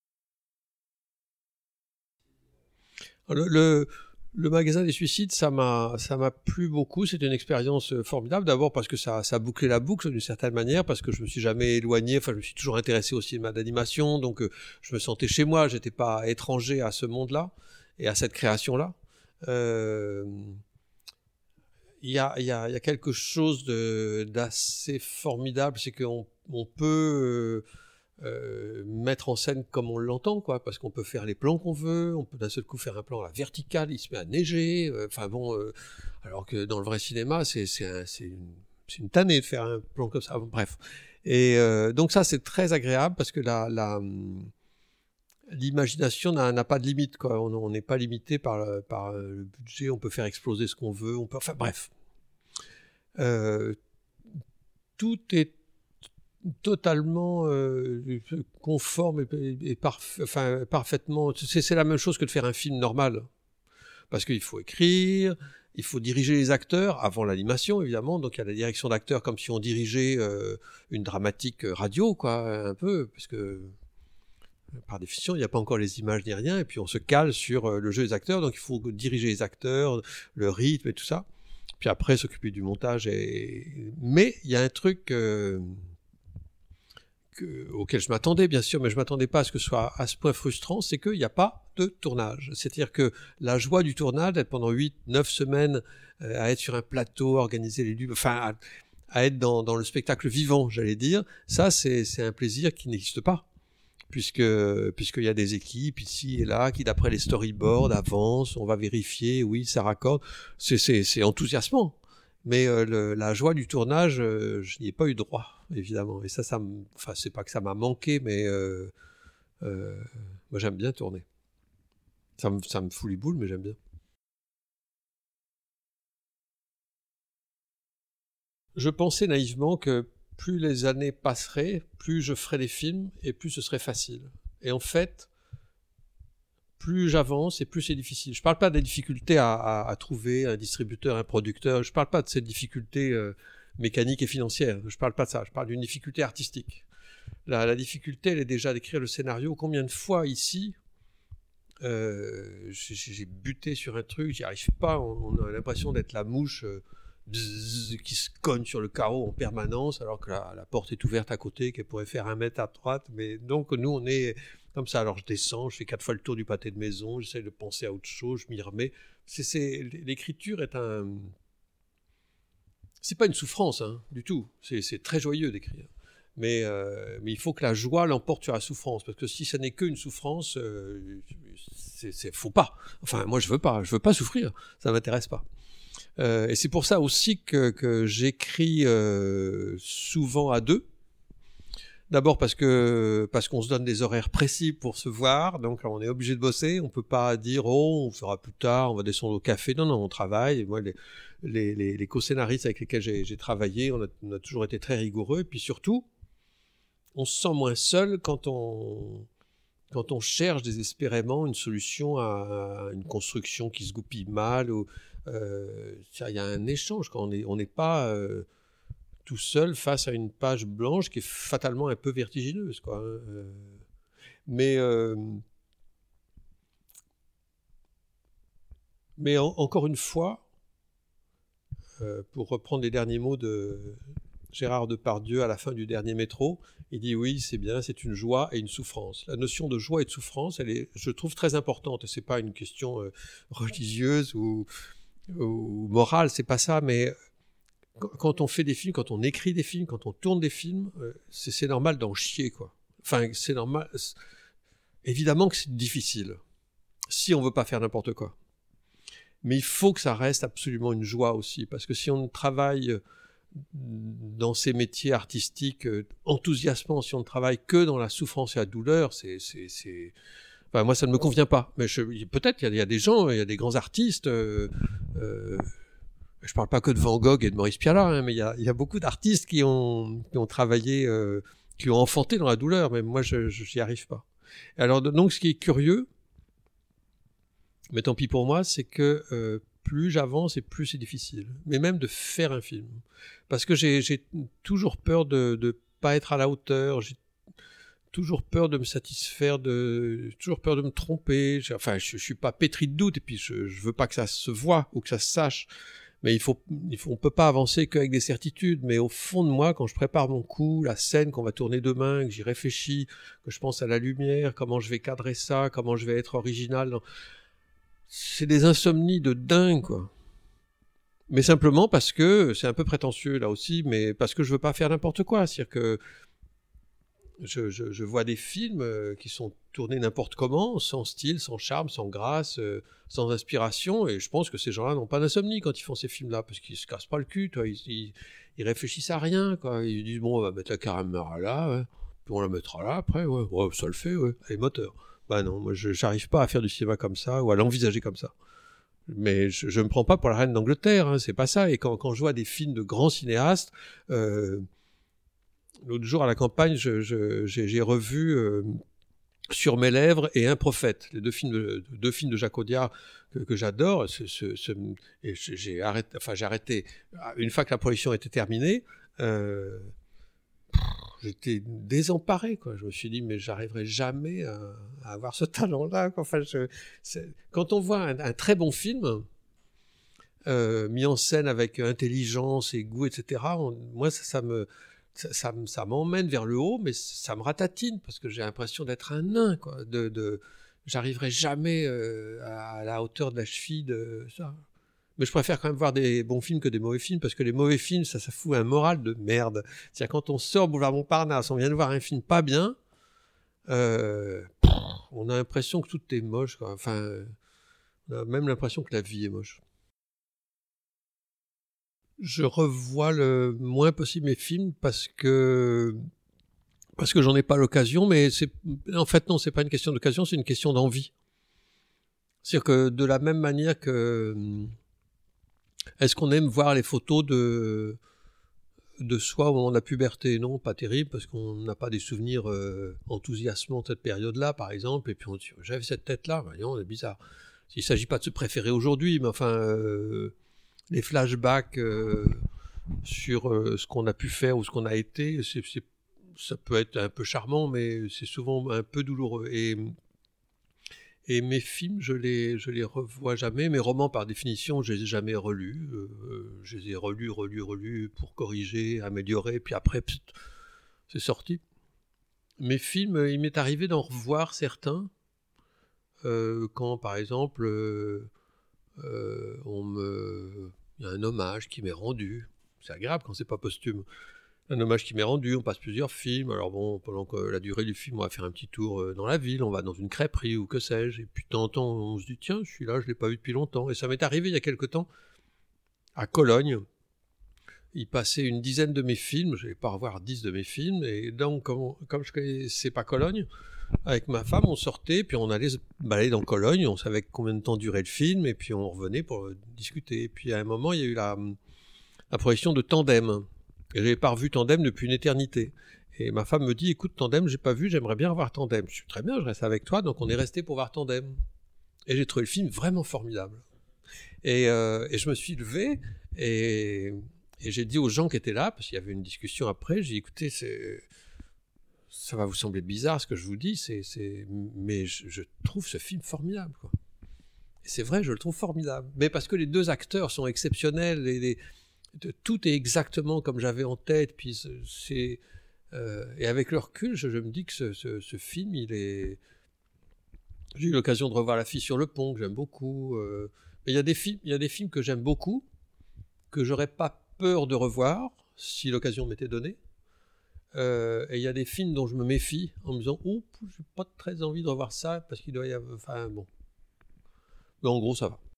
Le magasin des suicides, ça m'a plu beaucoup. C'était une expérience formidable. D'abord parce que ça bouclait la boucle d'une certaine manière, parce que je me suis jamais éloigné. Enfin, je me suis toujours intéressé au cinéma d'animation, donc je me sentais chez moi. J'étais pas étranger à ce monde-là et à cette création-là. Il y a quelque chose d'assez formidable, c'est qu'on peut mettre en scène comme on l'entend, quoi, parce qu'on peut faire les plans qu'on veut, on peut d'un seul coup faire un plan à la verticale, il se met à neiger, alors que dans le vrai cinéma, c'est une tannée de faire un plan comme ça. Bon, bref. Et donc ça, c'est très agréable parce que l'imagination n'a pas de limite, quoi. On n'est pas limité par le budget, on peut faire exploser ce qu'on veut, enfin bref. Tout est totalement conforme et parfaitement. C'est la même chose que de faire un film normal. Parce qu'il faut écrire, il faut diriger les acteurs avant l'animation, évidemment. Donc il y a la direction d'acteurs comme si on dirigeait une dramatique radio, quoi, un peu, parce que par définition, il n'y a pas encore les images ni rien, et puis on se cale sur le jeu des acteurs, donc il faut diriger les acteurs, le rythme et tout ça. Puis après, s'occuper du montage. Mais il y a un truc auquel je m'attendais, bien sûr, mais je ne m'attendais pas à ce que ce soit à ce point frustrant, c'est qu'il n'y a pas de tournage. C'est-à-dire que la joie du tournage, d'être pendant 8-9 semaines à être sur un plateau, organiser les lieux, enfin, à être dans le spectacle vivant, j'allais dire, ça, c'est un plaisir qui n'existe pas. Puisqu'il y a des équipes ici et là qui, d'après les storyboards, avancent, on va vérifier, oui, ça raccorde. C'est enthousiasmant. Mais la joie du tournage, je n'y ai pas eu droit, évidemment. Et ça enfin, c'est pas que ça m'a manqué, mais moi j'aime bien tourner. Ça me fout les boules, mais j'aime bien. Je pensais naïvement que plus les années passeraient, plus je ferais des films et plus ce serait facile. Et en fait, plus j'avance et plus c'est difficile. Je ne parle pas des difficultés à trouver un distributeur, un producteur. Je ne parle pas de ces difficultés mécaniques et financières. Je ne parle pas de ça. Je parle d'une difficulté artistique. La difficulté, elle est déjà d'écrire le scénario. Combien de fois ici, j'ai buté sur un truc, j'y arrive pas. On a l'impression d'être la mouche qui se cogne sur le carreau en permanence, alors que la porte est ouverte à côté, qu'elle pourrait faire 1 mètre à droite. Mais donc, nous, on est comme ça. Alors, je descends, je fais 4 fois le tour du pâté de maison, j'essaie de penser à autre chose, je m'y remets. L'écriture est c'est pas une souffrance, hein, du tout. C'est très joyeux d'écrire. Mais il faut que la joie l'emporte sur la souffrance, parce que si ça n'est qu'une souffrance, faut pas. Enfin, moi, je veux pas souffrir, ça m'intéresse pas. Et c'est pour ça aussi que j'écris souvent à deux. D'abord parce qu'on se donne des horaires précis pour se voir, donc on est obligé de bosser. On peut pas dire on fera plus tard, on va descendre au café. Non, on travaille. Et moi, les co-scénaristes avec lesquels j'ai travaillé, on a toujours été très rigoureux. Et puis surtout, on se sent moins seul quand on cherche désespérément une solution à une construction qui se goupille mal. Il y a un échange quand on n'est pas tout seul face à une page blanche qui est fatalement un peu vertigineuse, quoi. Mais encore une fois, pour reprendre les derniers mots de Gérard Depardieu à la fin du dernier Métro, il dit oui, c'est bien, c'est une joie et une souffrance. La notion de joie et de souffrance, elle est, je trouve, très importante. C'est pas une question religieuse ou morale, c'est pas ça, mais quand on fait des films, quand on écrit des films, quand on tourne des films, c'est normal d'en chier, quoi. Enfin, c'est normal. Évidemment que c'est difficile, si on veut pas faire n'importe quoi. Mais il faut que ça reste absolument une joie aussi, parce que si on travaille dans ces métiers artistiques enthousiasmants, si on ne travaille que dans la souffrance et la douleur, Enfin, moi, ça ne me convient pas. Mais peut-être il y a des gens, il y a des grands artistes. Je parle pas que de Van Gogh et de Maurice Pialat, hein, mais il y a beaucoup d'artistes qui ont travaillé, qui ont enfanté dans la douleur. Mais moi, je n'y arrive pas. Alors, donc, ce qui est curieux, mais tant pis pour moi, c'est que plus j'avance et plus c'est difficile. Mais même de faire un film. Parce que j'ai toujours peur de pas être à la hauteur. J'ai toujours peur de me satisfaire, toujours peur de me tromper. Enfin, je suis pas pétri de doute, et puis je veux pas que ça se voie ou que ça se sache. Mais on peut pas avancer qu'avec des certitudes. Mais au fond de moi, quand je prépare mon coup, la scène qu'on va tourner demain, que j'y réfléchis, que je pense à la lumière, comment je vais cadrer ça, comment je vais être original, c'est des insomnies de dingue, quoi. Mais simplement parce que, c'est un peu prétentieux là aussi, mais parce que je veux pas faire n'importe quoi. C'est-à-dire que je vois des films qui sont tournés n'importe comment, sans style, sans charme, sans grâce, sans inspiration, et je pense que ces gens-là n'ont pas d'insomnie quand ils font ces films-là, parce qu'ils se cassent pas le cul, toi. Ils réfléchissent à rien, quoi. Ils disent, bon, on va mettre la caméra là, ouais, puis on la mettra là après, ouais, ça le fait, ouais, allez, moteur. Bah non, moi j'arrive pas à faire du cinéma comme ça, ou à l'envisager comme ça. Mais je me prends pas pour la reine d'Angleterre, hein, c'est pas ça. Et quand je vois des films de grands cinéastes, l'autre jour à la campagne, j'ai revu Sur mes lèvres et Un prophète, les deux films de Jacques Audiard que j'adore. Et j'ai arrêté une fois que la projection était terminée. J'étais désemparé, quoi. Je me suis dit, mais j'arriverai jamais à avoir ce talent-là, quoi. Enfin, quand on voit un très bon film mis en scène avec intelligence et goût, etc., moi, ça m'emmène vers le haut, mais ça me ratatine, parce que j'ai l'impression d'être un nain, quoi. J'arriverai jamais à la hauteur de la cheville de ça. Mais je préfère quand même voir des bons films que des mauvais films, parce que les mauvais films, ça fout un moral de merde. C'est-à-dire, quand on sort Boulevard Montparnasse, on vient de voir un film pas bien, on a l'impression que tout est moche, quoi. Enfin, on a même l'impression que la vie est moche. Je revois le moins possible mes films parce que j'en ai pas l'occasion, mais en fait non, c'est pas une question d'occasion, c'est une question d'envie. C'est-à-dire que de la même manière que est-ce qu'on aime voir les photos de soi au moment de la puberté? Non, pas terrible, parce qu'on n'a pas des souvenirs enthousiasmants de cette période-là, par exemple, et puis on dit, j'avais cette tête-là, ben non, c'est bizarre. Il ne s'agit pas de se préférer aujourd'hui, mais enfin, les flashbacks sur ce qu'on a pu faire ou ce qu'on a été, ça peut être un peu charmant, mais c'est souvent un peu douloureux. Et mes films, je les revois jamais. Mes romans, par définition, je les ai jamais relus. Je les ai relus pour corriger, améliorer, puis après, c'est sorti. Mes films, il m'est arrivé d'en revoir certains, quand, par exemple, il y a un hommage qui m'est rendu. C'est agréable quand c'est pas posthume. Un hommage qui m'est rendu, on passe plusieurs films, alors bon, pendant que la durée du film, on va faire un petit tour dans la ville, on va dans une crêperie ou que sais-je, et puis de temps en temps, on se dit, tiens, celui-là, je l'ai pas vu depuis longtemps, et ça m'est arrivé il y a quelque temps, à Cologne, il passait une dizaine de mes films, je vais pas revoir 10 de mes films, et donc, comme je connaissais pas Cologne, avec ma femme, on sortait, puis on allait se balader dans Cologne, on savait combien de temps durait le film, et puis on revenait pour discuter, et puis à un moment, il y a eu la projection de Tandem. Et j'avais pas revu Tandem depuis une éternité. Et ma femme me dit, écoute, Tandem, j'ai pas vu, j'aimerais bien revoir Tandem. Je suis très bien, je reste avec toi, donc on est resté pour voir Tandem. Et j'ai trouvé le film vraiment formidable. Et je me suis levé, et Et j'ai dit aux gens qui étaient là, parce qu'il y avait une discussion après, j'ai dit, écoutez, ça va vous sembler bizarre ce que je vous dis, mais je trouve ce film formidable, quoi. Et c'est vrai, je le trouve formidable. Mais parce que les deux acteurs sont exceptionnels, tout est exactement comme j'avais en tête, puis et avec le recul, je me dis que ce film, j'ai eu l'occasion de revoir La fille sur le pont, que j'aime beaucoup. Mais il y a des films que j'aime beaucoup, que j'aurais pas peur de revoir, si l'occasion m'était donnée. Et il y a des films dont je me méfie, en me disant « Oh, j'ai pas très envie de revoir ça, parce qu'il doit y avoir... » Enfin, bon. Mais en gros, ça va.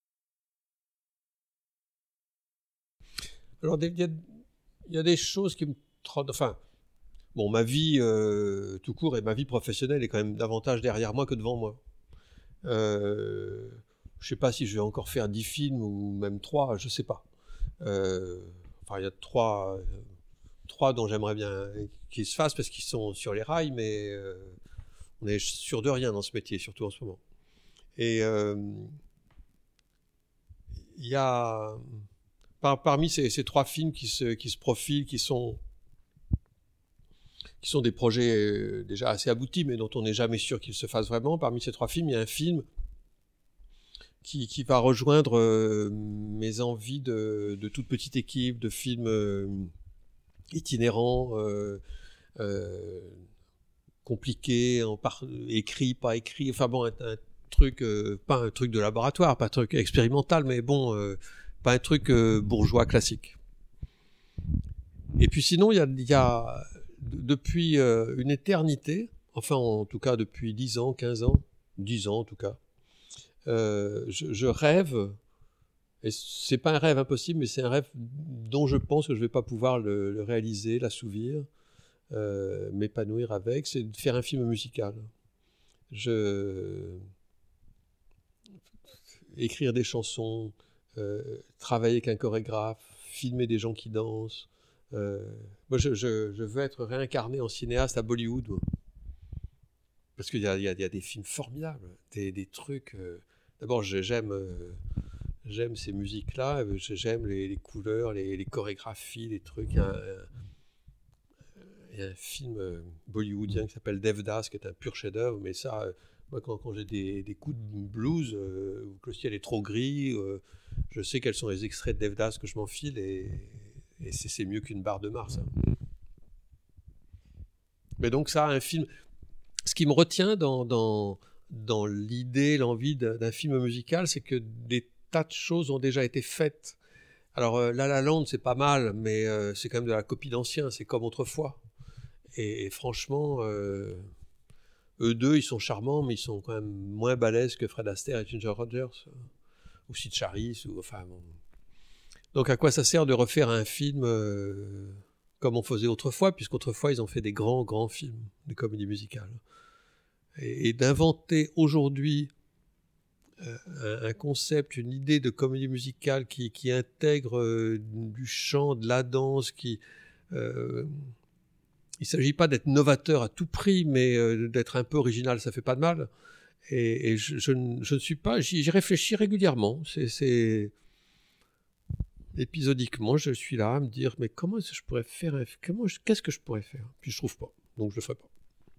Alors, il y a des choses qui me trottent... Enfin, bon, ma vie tout court et ma vie professionnelle est quand même davantage derrière moi que devant moi. Je sais pas si je vais encore faire 10 films ou même 3, je sais pas. Enfin, il y a 3 dont j'aimerais bien qu'ils se fassent parce qu'ils sont sur les rails, mais on est sûr de rien dans ce métier, surtout en ce moment. Et il y a parmi ces 3 films qui se profilent, qui sont des projets déjà assez aboutis, mais dont on n'est jamais sûr qu'ils se fassent vraiment. Parmi ces 3 films, il y a un film qui va rejoindre mes envies de toute petite équipe, de films itinérants, compliqués, écrits, pas écrits, enfin bon, un truc, pas un truc de laboratoire, pas un truc expérimental, mais bon, pas un truc bourgeois classique. Et puis sinon, il y a depuis une éternité, enfin en tout cas depuis 10 ans, 15 ans, 10 ans en tout cas, je rêve, et c'est pas un rêve impossible, mais c'est un rêve dont je pense que je vais pas pouvoir le réaliser, l'assouvir, m'épanouir avec, c'est de faire un film musical. Écrire des chansons, travailler avec un chorégraphe, filmer des gens qui dansent. Moi, je veux être réincarné en cinéaste à Bollywood. Parce qu'il y a des films formidables, des trucs... D'abord, j'aime ces musiques-là, j'aime les couleurs, les chorégraphies, les trucs. Il y a un film bollywoodien qui s'appelle Devdas, qui est un pur chef-d'œuvre, mais ça, moi, quand j'ai des coups de blues, ou que le ciel est trop gris, je sais quels sont les extraits de Devdas que je m'enfile, et c'est mieux qu'une barre de Mars. Hein. Mais donc ça, un film... Ce qui me retient dans l'idée, l'envie d'un film musical, c'est que des tas de choses ont déjà été faites. Alors, La La Land, c'est pas mal, mais c'est quand même de la copie d'anciens, c'est comme autrefois. Et franchement, eux deux, ils sont charmants, mais ils sont quand même moins balèzes que Fred Astaire et Ginger Rogers, ou Sid Charisse, ou enfin... Bon. Donc, à quoi ça sert de refaire un film comme on faisait autrefois, puisqu'autrefois, ils ont fait des grands films, des comédies musicales. Et d'inventer aujourd'hui un concept, une idée de comédie musicale qui intègre du chant, de la danse, il ne s'agit pas d'être novateur à tout prix, mais d'être un peu original, ça fait pas de mal. Et je ne suis pas... J'y réfléchis régulièrement. C'est épisodiquement, je suis là à me dire, mais comment est-ce que je pourrais faire qu'est-ce que je pourrais faire? Puis je trouve pas, donc je le ferai pas.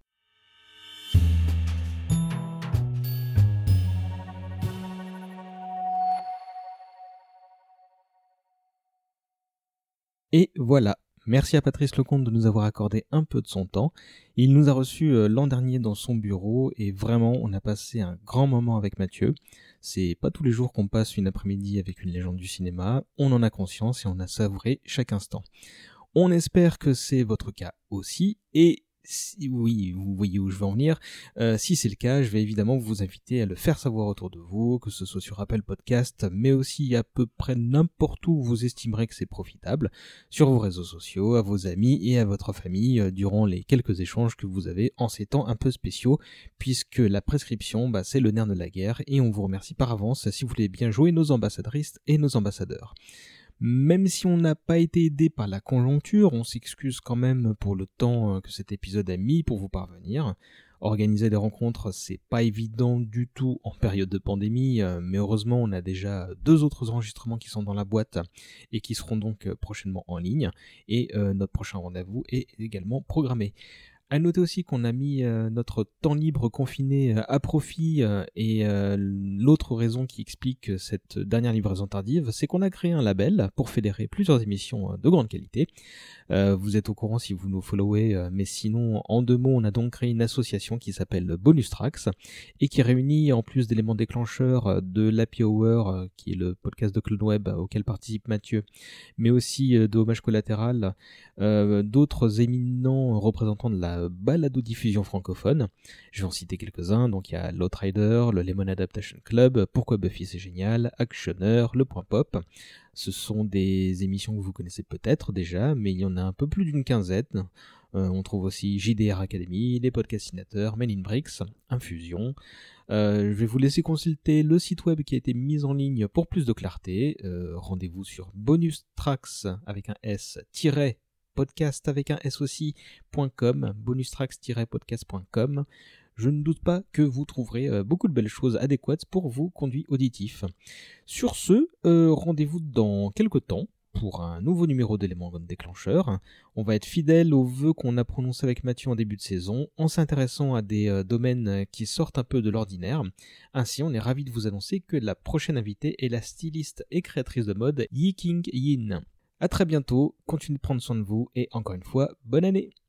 Et voilà, merci à Patrice Lecomte de nous avoir accordé un peu de son temps. Il nous a reçus l'an dernier dans son bureau et vraiment on a passé un grand moment avec Mathieu. C'est pas tous les jours qu'on passe une après-midi avec une légende du cinéma, on en a conscience et on a savouré chaque instant. On espère que c'est votre cas aussi et oui, vous voyez où je veux en venir. Si c'est le cas, je vais évidemment vous inviter à le faire savoir autour de vous, que ce soit sur Apple Podcast, mais aussi à peu près n'importe où vous estimerez que c'est profitable, sur vos réseaux sociaux, à vos amis et à votre famille, durant les quelques échanges que vous avez en ces temps un peu spéciaux, puisque la prescription, c'est le nerf de la guerre, et on vous remercie par avance si vous voulez bien jouer nos ambassadrices et nos ambassadeurs. Même si on n'a pas été aidé par la conjoncture, on s'excuse quand même pour le temps que cet épisode a mis pour vous parvenir. Organiser des rencontres, c'est pas évident du tout en période de pandémie, mais heureusement on a déjà 2 autres enregistrements qui sont dans la boîte et qui seront donc prochainement en ligne, et notre prochain rendez-vous est également programmé. À noter aussi qu'on a mis notre temps libre confiné à profit, et l'autre raison qui explique cette dernière livraison tardive, c'est qu'on a créé un label pour fédérer plusieurs émissions de grande qualité. Vous êtes au courant si vous nous followez, mais sinon, en 2 mots, on a donc créé une association qui s'appelle Bonus Tracks et qui réunit, en plus d'éléments déclencheurs de l'Happy Hour, qui est le podcast de Clone Web auquel participe Mathieu, mais aussi de Hommage Collatéral, d'autres éminents représentants de la balado-diffusion francophone. Je vais en citer quelques-uns. Donc il y a l'Outrider, le Lemon Adaptation Club, Pourquoi Buffy c'est génial, Actionneur, Le Point Pop. Ce sont des émissions que vous connaissez peut-être déjà, mais il y en a un peu plus d'une quinzaine. On trouve aussi JDR Academy, les podcastinateurs, Men in Bricks, Infusion. Je vais vous laisser consulter le site web qui a été mis en ligne pour plus de clarté. Rendez-vous sur bonustracks avec un S podcast avec un S aussi.com, bonustracks-podcast.com. Je ne doute pas que vous trouverez beaucoup de belles choses adéquates pour vos conduits auditifs. Sur ce, rendez-vous dans quelques temps pour un nouveau numéro d'éléments déclencheurs. On va être fidèle aux vœux qu'on a prononcés avec Mathieu en début de saison, en s'intéressant à des domaines qui sortent un peu de l'ordinaire. Ainsi, on est ravis de vous annoncer que la prochaine invitée est la styliste et créatrice de mode Yi King Yin. À très bientôt, continuez de prendre soin de vous et encore une fois, bonne année!